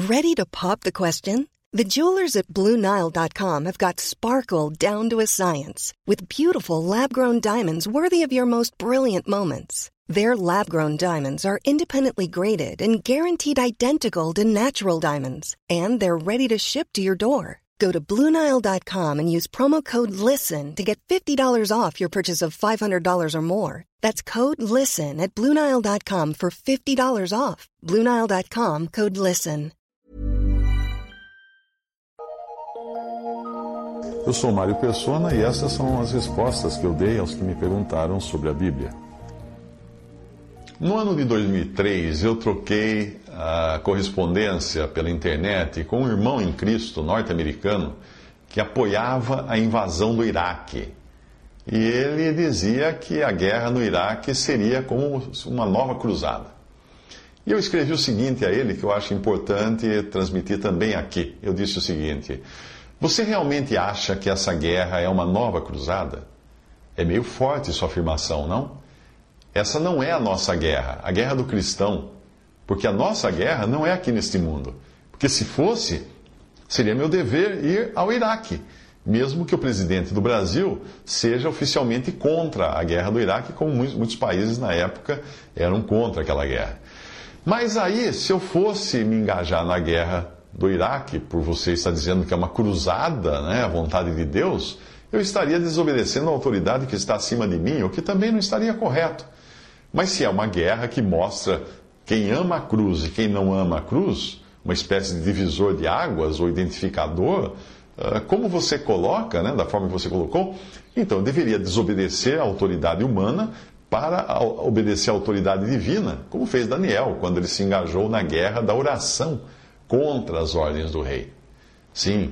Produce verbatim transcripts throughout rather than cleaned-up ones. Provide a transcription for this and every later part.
Ready to pop the question? The jewelers at Blue Nile dot com have got sparkle down to a science with beautiful lab-grown diamonds worthy of your most brilliant moments. Their lab-grown diamonds are independently graded and guaranteed identical to natural diamonds, and they're ready to ship to your door. Go to Blue Nile dot com and use promo code LISTEN to get fifty dollars off your purchase of five hundred dollars or more. That's code LISTEN at Blue Nile dot com for fifty dollars off. Blue Nile dot com, code LISTEN. Eu sou Mário Persona e essas são as respostas que eu dei aos que me perguntaram sobre a Bíblia. No ano de dois mil e três, eu troquei a correspondência pela internet com um irmão em Cristo norte-americano que apoiava a invasão do Iraque. E ele dizia que a guerra no Iraque seria como uma nova cruzada. E eu escrevi o seguinte a ele, que eu acho importante transmitir também aqui. Eu disse o seguinte: você realmente acha que essa guerra é uma nova cruzada? É meio forte sua afirmação, não? Essa não é a nossa guerra, a guerra do cristão. Porque a nossa guerra não é aqui neste mundo. Porque se fosse, seria meu dever ir ao Iraque, mesmo que o presidente do Brasil seja oficialmente contra a guerra do Iraque, como muitos países na época eram contra aquela guerra. Mas aí, se eu fosse me engajar na guerra do Iraque, por você estar dizendo que é uma cruzada, né, a vontade de Deus, eu estaria desobedecendo a autoridade que está acima de mim, o que também não estaria correto. Mas se é uma guerra que mostra quem ama a cruz e quem não ama a cruz, uma espécie de divisor de águas ou identificador, como você coloca, né, da forma que você colocou, então eu deveria desobedecer a autoridade humana para obedecer à autoridade divina, como fez Daniel, quando ele se engajou na guerra da oração contra as ordens do rei. Sim,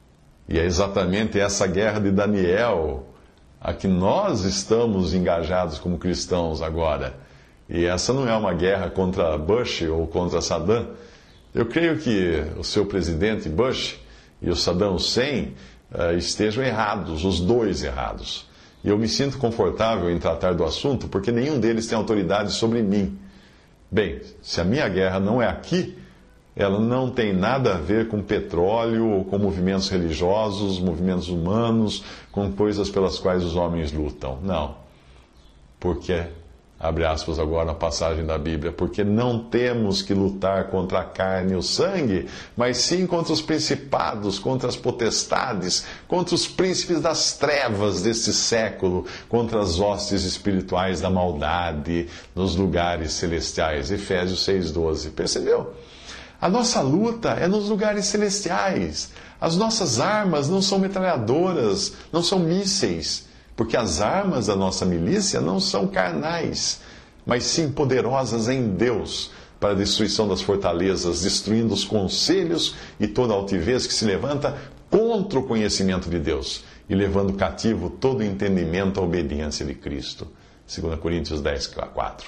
e é exatamente essa guerra de Daniel a que nós estamos engajados como cristãos agora. E essa não é uma guerra contra Bush ou contra Saddam. Eu creio que o seu presidente Bush e o Saddam Hussein uh, estejam errados, os dois errados. E eu me sinto confortável em tratar do assunto porque nenhum deles tem autoridade sobre mim. Bem, se a minha guerra não é aqui, ela não tem nada a ver com petróleo, ou com movimentos religiosos, movimentos humanos, com coisas pelas quais os homens lutam. Não. Porque, abre aspas agora na passagem da Bíblia, porque não temos que lutar contra a carne e o sangue, mas sim contra os principados, contra as potestades, contra os príncipes das trevas deste século, contra as hostes espirituais da maldade nos lugares celestiais. Efésios seis, doze. Percebeu? A nossa luta é nos lugares celestiais. As nossas armas não são metralhadoras, não são mísseis, porque as armas da nossa milícia não são carnais, mas sim poderosas em Deus para a destruição das fortalezas, destruindo os conselhos e toda altivez que se levanta contra o conhecimento de Deus e levando cativo todo o entendimento à obediência de Cristo. Segunda Coríntios dez, quatro.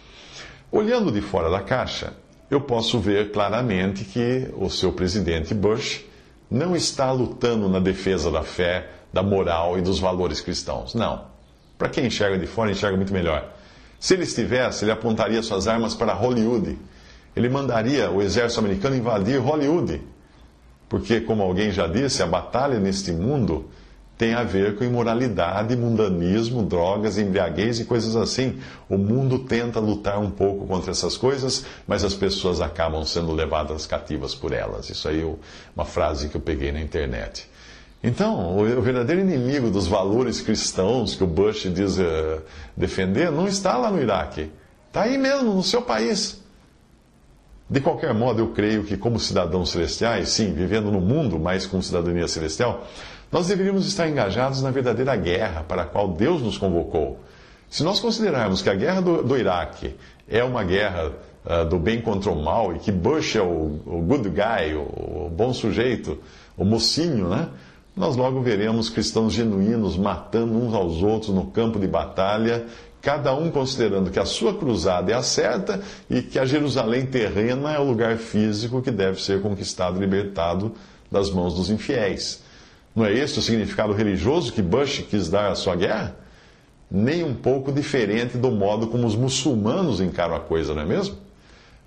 Olhando de fora da caixa, eu posso ver claramente que o seu presidente Bush não está lutando na defesa da fé, da moral e dos valores cristãos. Não. Para quem enxerga de fora, enxerga muito melhor. Se ele estivesse, ele apontaria suas armas para Hollywood. Ele mandaria o exército americano invadir Hollywood. Porque, como alguém já disse, a batalha neste mundo tem a ver com imoralidade, mundanismo, drogas, embriaguez e coisas assim. O mundo tenta lutar um pouco contra essas coisas, mas as pessoas acabam sendo levadas cativas por elas. Isso aí é uma frase que eu peguei na internet. Então, o verdadeiro inimigo dos valores cristãos que o Bush diz uh, defender não está lá no Iraque. Está aí mesmo, no seu país. De qualquer modo, eu creio que como cidadãos celestiais, sim, vivendo no mundo, mas com cidadania celestial, nós deveríamos estar engajados na verdadeira guerra para a qual Deus nos convocou. Se nós considerarmos que a guerra do, do Iraque é uma guerra uh, do bem contra o mal e que Bush é o, o good guy, o, o bom sujeito, o mocinho, né? Nós logo veremos cristãos genuínos matando uns aos outros no campo de batalha, cada um considerando que a sua cruzada é a certa e que a Jerusalém terrena é o lugar físico que deve ser conquistado e libertado das mãos dos infiéis. Não é esse o significado religioso que Bush quis dar à sua guerra? Nem um pouco diferente do modo como os muçulmanos encaram a coisa, não é mesmo?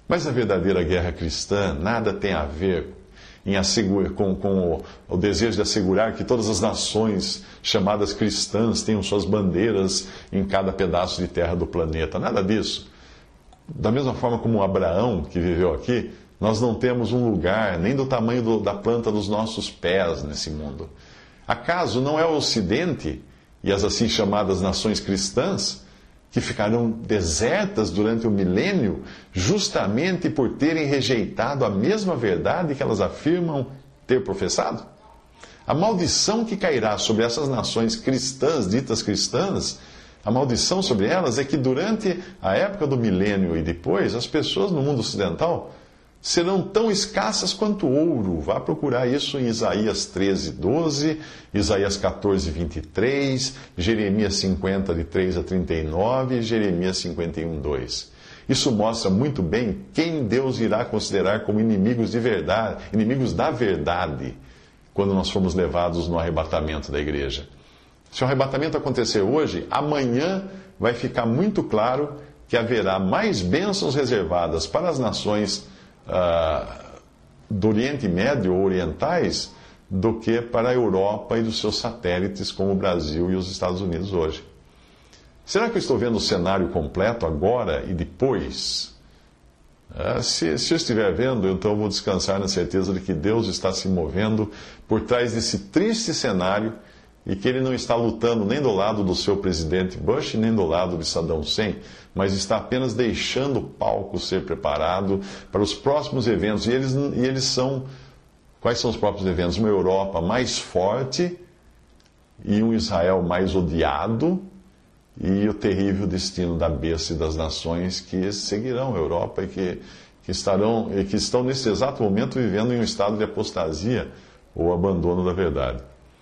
Mas a verdadeira guerra cristã nada tem a ver em assegurar, com, com o, o desejo de assegurar que todas as nações chamadas cristãs tenham suas bandeiras em cada pedaço de terra do planeta. Nada disso. Da mesma forma como Abraão, que viveu aqui, nós não temos um lugar nem do tamanho do, da planta dos nossos pés nesse mundo. Acaso não é o Ocidente e as assim chamadas nações cristãs que ficarão desertas durante o milênio justamente por terem rejeitado a mesma verdade que elas afirmam ter professado? A maldição que cairá sobre essas nações cristãs, ditas cristãs, a maldição sobre elas é que durante a época do milênio e depois, as pessoas no mundo ocidental serão tão escassas quanto ouro. Vá procurar isso em Isaías treze, doze, Isaías quatorze, vinte e três, Jeremias cinquenta, de três a trinta e nove e Jeremias cinquenta e um, dois. Isso mostra muito bem quem Deus irá considerar como inimigos de verdade, inimigos da verdade, quando nós formos levados no arrebatamento da igreja. Se o arrebatamento acontecer hoje, amanhã vai ficar muito claro que haverá mais bênçãos reservadas para as nações Uh, do Oriente Médio ou orientais do que para a Europa e dos seus satélites como o Brasil e os Estados Unidos hoje. Será que eu estou vendo o cenário completo agora e depois? Uh, se, se eu estiver vendo, então eu vou descansar na certeza de que Deus está se movendo por trás desse triste cenário e que Ele não está lutando nem do lado do seu presidente Bush, nem do lado de Saddam Hussein, mas está apenas deixando o palco ser preparado para os próximos eventos. E eles, e eles são... Quais são os próprios eventos? Uma Europa mais forte e um Israel mais odiado e o terrível destino da besta e das nações que seguirão a Europa e que, que, estarão, e que estão nesse exato momento vivendo em um estado de apostasia ou abandono da verdade.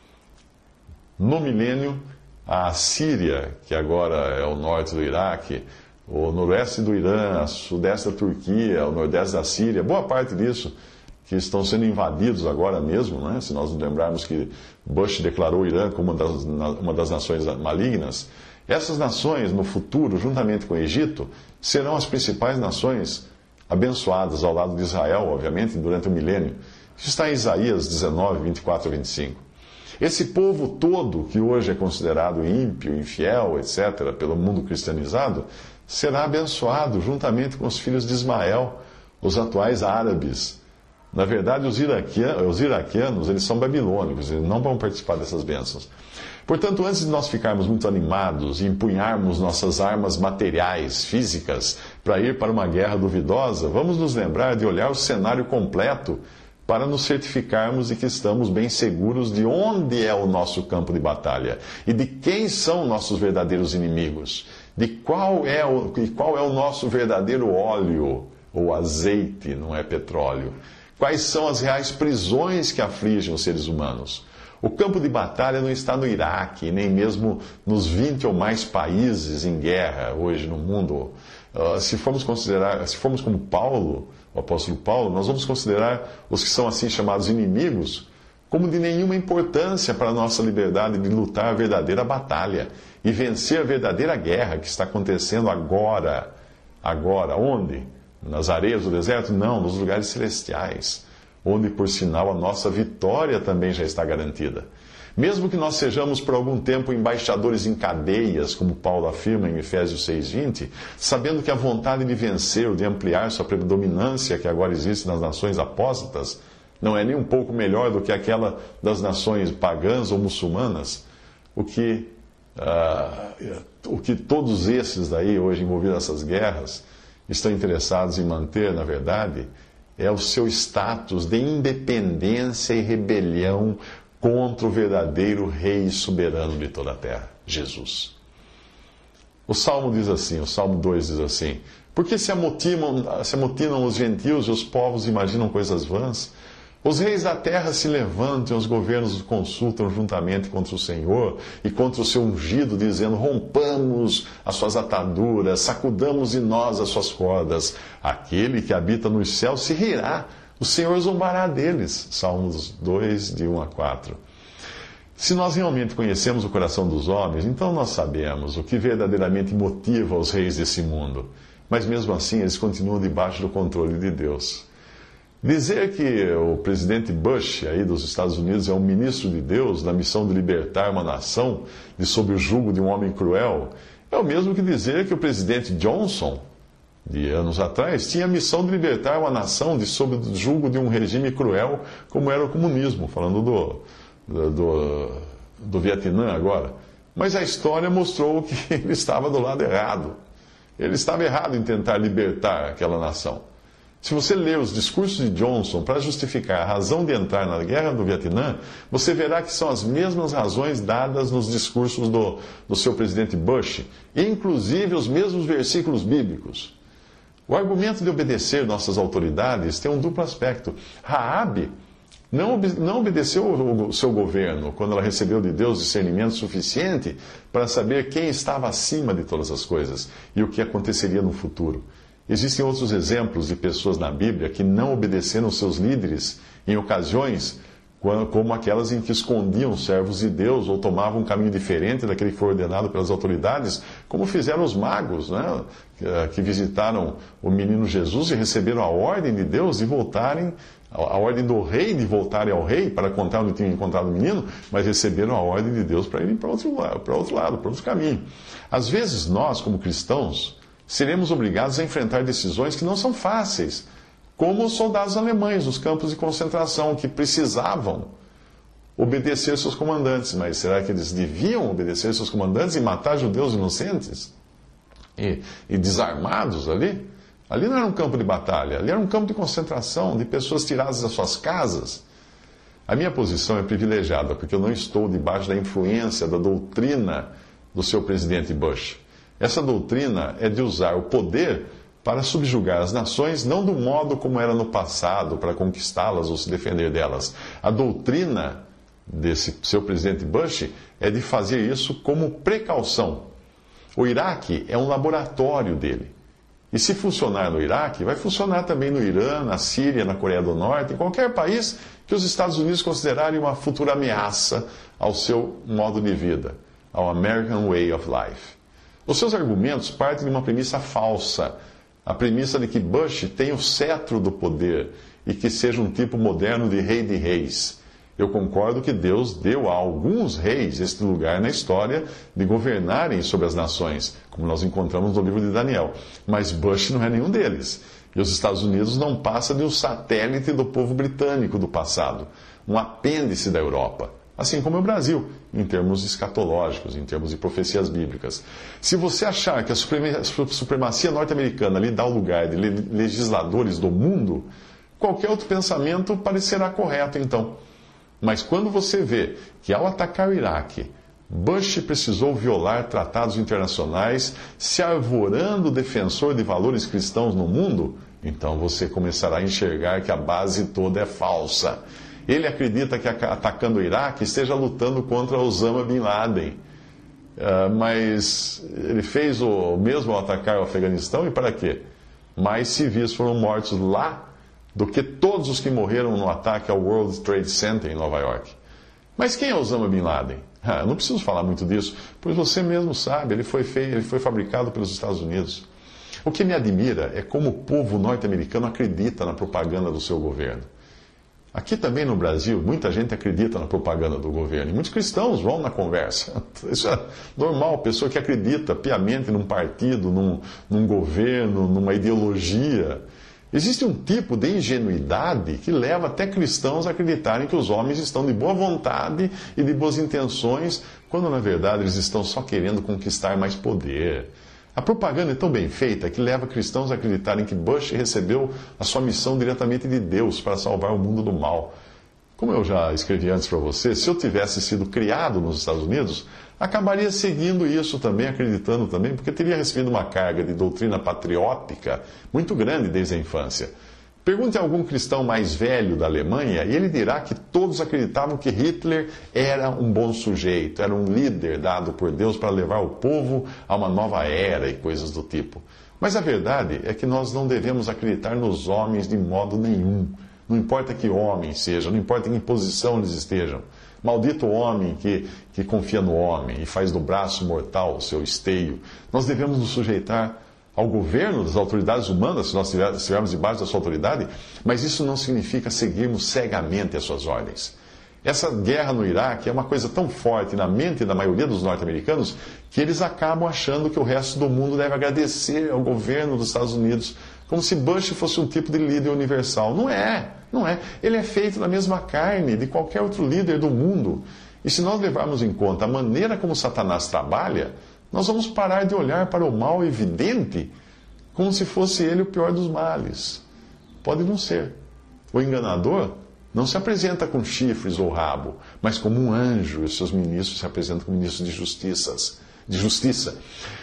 No milênio, a Síria, que agora é o norte do Iraque, o noroeste do Irã, a sudeste da Turquia, o nordeste da Síria, boa parte disso, que estão sendo invadidos agora mesmo, né? Se nós nos lembrarmos que Bush declarou o Irã como uma das, uma das nações malignas, essas nações, no futuro, juntamente com o Egito, serão as principais nações abençoadas ao lado de Israel, obviamente, durante o milênio. Isso está em Isaías dezenove, vinte e quatro a vinte e cinco. Esse povo todo, que hoje é considerado ímpio, infiel, etcétera, pelo mundo cristianizado, será abençoado juntamente com os filhos de Ismael, os atuais árabes. Na verdade, os iraquianos, os iraquianos eles são babilônicos, eles não vão participar dessas bênçãos. Portanto, antes de nós ficarmos muito animados e empunharmos nossas armas materiais, físicas, para ir para uma guerra duvidosa, vamos nos lembrar de olhar o cenário completo para nos certificarmos de que estamos bem seguros de onde é o nosso campo de batalha e de quem são nossos verdadeiros inimigos, de qual é o, e qual é o nosso verdadeiro óleo ou azeite, não é petróleo. Quais são as reais prisões que afligem os seres humanos. O campo de batalha não está no Iraque, nem mesmo nos vinte ou mais países em guerra hoje no mundo. Uh, se formos considerar, se formos como Paulo, o apóstolo Paulo, nós vamos considerar os que são assim chamados inimigos como de nenhuma importância para a nossa liberdade de lutar a verdadeira batalha e vencer a verdadeira guerra que está acontecendo agora. Agora, onde? Nas areias do deserto? Não, nos lugares celestiais, onde, por sinal, a nossa vitória também já está garantida. Mesmo que nós sejamos por algum tempo embaixadores em cadeias, como Paulo afirma em Efésios seis, vinte, sabendo que a vontade de vencer ou de ampliar sua predominância que agora existe nas nações apóstatas não é nem um pouco melhor do que aquela das nações pagãs ou muçulmanas, o que, uh, o que todos esses daí, hoje envolvidos nessas guerras, estão interessados em manter, na verdade, é o seu status de independência e rebelião contra o verdadeiro Rei soberano de toda a terra, Jesus. O Salmo diz assim, o Salmo dois diz assim: por que se amotinam, se amotinam os gentios e os povos imaginam coisas vãs? Os reis da terra se levantam, os governos consultam juntamente contra o Senhor e contra o seu ungido, dizendo: rompamos as suas ataduras, sacudamos de nós as suas cordas. Aquele que habita nos céus se rirá, o Senhor zombará deles. Salmos dois, de um a quatro. Se nós realmente conhecemos o coração dos homens, então nós sabemos o que verdadeiramente motiva os reis desse mundo. mas mesmo assim eles continuam debaixo do controle de Deus. Dizer que o presidente Bush, aí dos Estados Unidos, é um ministro de Deus na missão de libertar uma nação de sob o jugo de um homem cruel, é o mesmo que dizer que o presidente Johnson, de anos atrás, tinha a missão de libertar uma nação de sob o jugo de um regime cruel, como era o comunismo, falando do, do, do, do Vietnã agora. Mas a história mostrou que ele estava do lado errado. Ele estava errado em tentar libertar aquela nação. Se você ler os discursos de Johnson para justificar a razão de entrar na guerra do Vietnã, você verá que são as mesmas razões dadas nos discursos do, do seu presidente Bush, inclusive os mesmos versículos bíblicos. O argumento de obedecer nossas autoridades tem um duplo aspecto. Raabe não, não obedeceu o seu governo quando ela recebeu de Deus discernimento suficiente para saber quem estava acima de todas as coisas e o que aconteceria no futuro. Existem outros exemplos de pessoas na Bíblia que não obedeceram seus líderes em ocasiões como aquelas em que escondiam servos de Deus ou tomavam um caminho diferente daquele que foi ordenado pelas autoridades, como fizeram os magos, né, que visitaram o menino Jesus e receberam a ordem de Deus de voltarem, a ordem do rei de voltarem ao rei para contar onde tinham encontrado o menino, mas receberam a ordem de Deus para irem para outro, para outro lado, para outro caminho. Às vezes nós, como cristãos, seremos obrigados a enfrentar decisões que não são fáceis, como os soldados alemães nos campos de concentração, que precisavam obedecer seus comandantes. Mas será que eles deviam obedecer seus comandantes e matar judeus inocentes? E, e desarmados ali? Ali não era um campo de batalha, ali era um campo de concentração, de pessoas tiradas das suas casas. A minha posição é privilegiada, porque eu não estou debaixo da influência da doutrina do seu presidente Bush. Essa doutrina é de usar o poder para subjugar as nações, não do modo como era no passado, para conquistá-las ou se defender delas. A doutrina desse seu presidente Bush é de fazer isso como precaução. O Iraque é um laboratório dele. E se funcionar no Iraque, vai funcionar também no Irã, na Síria, na Coreia do Norte, em qualquer país que os Estados Unidos considerarem uma futura ameaça ao seu modo de vida, ao American Way of Life. Os seus argumentos partem de uma premissa falsa, a premissa de que Bush tem o cetro do poder e que seja um tipo moderno de rei de reis. Eu concordo que Deus deu a alguns reis este lugar na história de governarem sobre as nações, como nós encontramos no livro de Daniel. Mas Bush não é nenhum deles. E os Estados Unidos não passa de um satélite do povo britânico do passado, um apêndice da Europa. Assim como o Brasil, em termos escatológicos, em termos de profecias bíblicas. Se você achar que a supremacia norte-americana lhe dá o lugar de legisladores do mundo, qualquer outro pensamento parecerá correto, então. Mas quando você vê que ao atacar o Iraque, Bush precisou violar tratados internacionais, se arvorando defensor de valores cristãos no mundo, então você começará a enxergar que a base toda é falsa. Ele acredita que atacando o Iraque esteja lutando contra Osama Bin Laden. Uh, mas ele fez o mesmo ao atacar o Afeganistão, e para quê? Mais civis foram mortos lá do que todos os que morreram no ataque ao World Trade Center em Nova York. Mas quem é Osama Bin Laden? Ah, eu não preciso falar muito disso, pois você mesmo sabe, ele foi, feio, ele foi fabricado pelos Estados Unidos. O que me admira é como o povo norte-americano acredita na propaganda do seu governo. Aqui também no Brasil, muita gente acredita na propaganda do governo. E muitos cristãos vão na conversa. Isso é normal, pessoa que acredita piamente num partido, num, num governo, numa ideologia. Existe um tipo de ingenuidade que leva até cristãos a acreditarem que os homens estão de boa vontade e de boas intenções, quando na verdade eles estão só querendo conquistar mais poder. A propaganda é tão bem feita que leva cristãos a acreditarem que Bush recebeu a sua missão diretamente de Deus para salvar o mundo do mal. Como eu já escrevi antes para você, se eu tivesse sido criado nos Estados Unidos, acabaria seguindo isso também, acreditando também, porque teria recebido uma carga de doutrina patriótica muito grande desde a infância. Pergunte a algum cristão mais velho da Alemanha e ele dirá que todos acreditavam que Hitler era um bom sujeito, era um líder dado por Deus para levar o povo a uma nova era e coisas do tipo. Mas a verdade é que nós não devemos acreditar nos homens de modo nenhum. Não importa que homem sejam, não importa em que posição eles estejam. Maldito o homem que, que confia no homem e faz do braço mortal o seu esteio. Nós devemos nos sujeitar ao governo, das autoridades humanas, se nós estivermos debaixo da sua autoridade, mas isso não significa seguirmos cegamente as suas ordens. Essa guerra no Iraque é uma coisa tão forte na mente da maioria dos norte-americanos que eles acabam achando que o resto do mundo deve agradecer ao governo dos Estados Unidos, como se Bush fosse um tipo de líder universal. Não é, não é. Ele é feito da mesma carne de qualquer outro líder do mundo. E se nós levarmos em conta a maneira como Satanás trabalha, nós vamos parar de olhar para o mal evidente como se fosse ele o pior dos males. Pode não ser. O enganador não se apresenta com chifres ou rabo, mas como um anjo, e os seus ministros se apresentam como ministros de, justiças, de justiça.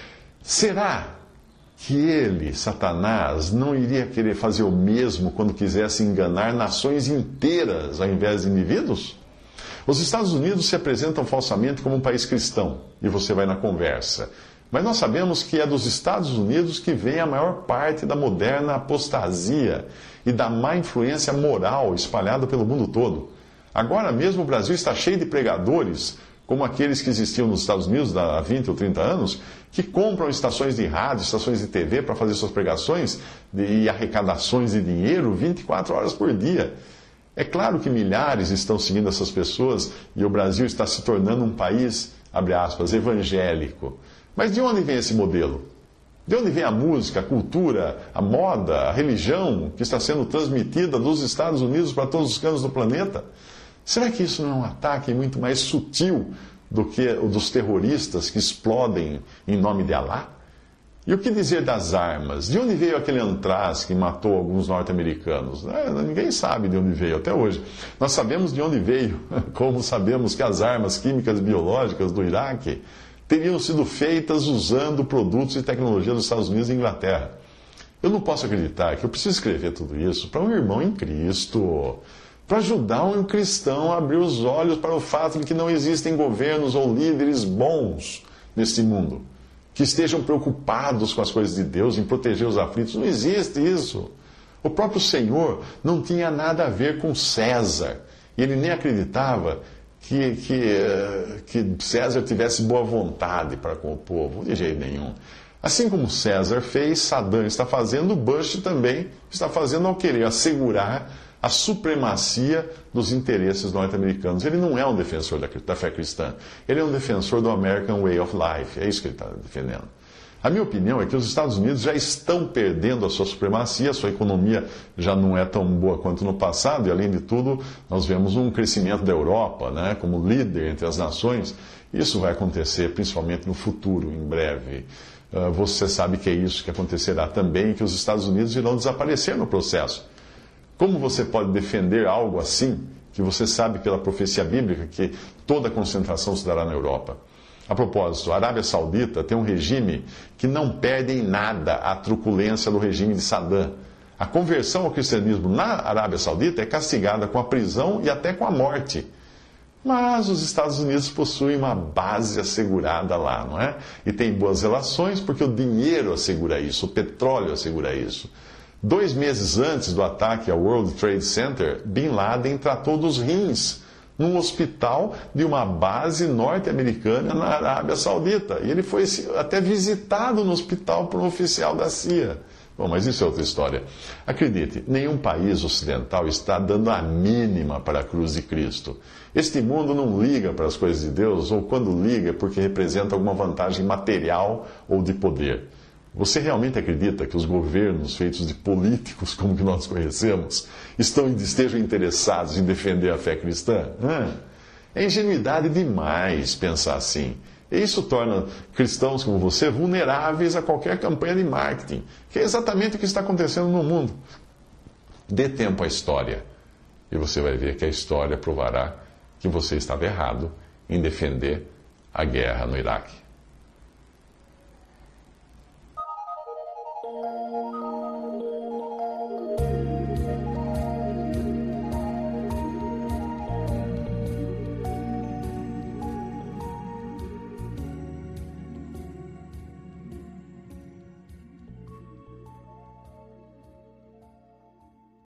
Será que ele, Satanás, não iria querer fazer o mesmo quando quisesse enganar nações inteiras ao invés de indivíduos? Os Estados Unidos se apresentam falsamente como um país cristão, e você vai na conversa. Mas nós sabemos que é dos Estados Unidos que vem a maior parte da moderna apostasia e da má influência moral espalhada pelo mundo todo. Agora mesmo o Brasil está cheio de pregadores, como aqueles que existiam nos Estados Unidos há vinte ou trinta anos, que compram estações de rádio, estações de T V para fazer suas pregações e arrecadações de dinheiro vinte e quatro horas por dia. É claro que milhares estão seguindo essas pessoas e o Brasil está se tornando um país, abre aspas, evangélico. Mas de onde vem esse modelo? De onde vem a música, a cultura, a moda, a religião que está sendo transmitida dos Estados Unidos para todos os cantos do planeta? Será que isso não é um ataque muito mais sutil do que o dos terroristas que explodem em nome de Alá? E o que dizer das armas? De onde veio aquele antraz que matou alguns norte-americanos? É, ninguém sabe de onde veio até hoje. Nós sabemos de onde veio, como sabemos que as armas químicas e biológicas do Iraque teriam sido feitas usando produtos e tecnologia dos Estados Unidos e Inglaterra. Eu não posso acreditar que eu preciso escrever tudo isso para um irmão em Cristo, para ajudar um cristão a abrir os olhos para o fato de que não existem governos ou líderes bons neste mundo, que estejam preocupados com as coisas de Deus, em proteger os aflitos. Não existe isso. O próprio Senhor não tinha nada a ver com César, e ele nem acreditava que, que, que César tivesse boa vontade para com o povo, de jeito nenhum. Assim como César fez, Saddam está fazendo, Bush também está fazendo ao querer assegurar a supremacia dos interesses norte-americanos. Ele não é um defensor da, da fé cristã, ele é um defensor do American Way of Life, é isso que ele está defendendo. A minha opinião é que os Estados Unidos já estão perdendo a sua supremacia, a sua economia já não é tão boa quanto no passado, e além de tudo, nós vemos um crescimento da Europa, né, como líder entre as nações. Isso vai acontecer principalmente no futuro, em breve. Uh, você sabe que é isso que acontecerá também, que os Estados Unidos irão desaparecer no processo. Como você pode defender algo assim, que você sabe pela profecia bíblica que toda a concentração se dará na Europa? A propósito, a Arábia Saudita tem um regime que não perde em nada a truculência do regime de Saddam. A conversão ao cristianismo na Arábia Saudita é castigada com a prisão e até com a morte. Mas os Estados Unidos possuem uma base assegurada lá, não é? E tem boas relações porque o dinheiro assegura isso, o petróleo assegura isso. Dois meses antes do ataque ao World Trade Center, Bin Laden tratou dos rins num hospital de uma base norte-americana na Arábia Saudita. E ele foi até visitado no hospital por um oficial da C I A. Bom, mas isso é outra história. Acredite, nenhum país ocidental está dando a mínima para a cruz de Cristo. Este mundo não liga para as coisas de Deus, ou quando liga é porque representa alguma vantagem material ou de poder. Você realmente acredita que os governos feitos de políticos, como que nós conhecemos, estão, estejam interessados em defender a fé cristã? É ingenuidade demais pensar assim. E isso torna cristãos como você vulneráveis a qualquer campanha de marketing, que é exatamente o que está acontecendo no mundo. Dê tempo à história, e você vai ver que a história provará que você estava errado em defender a guerra no Iraque.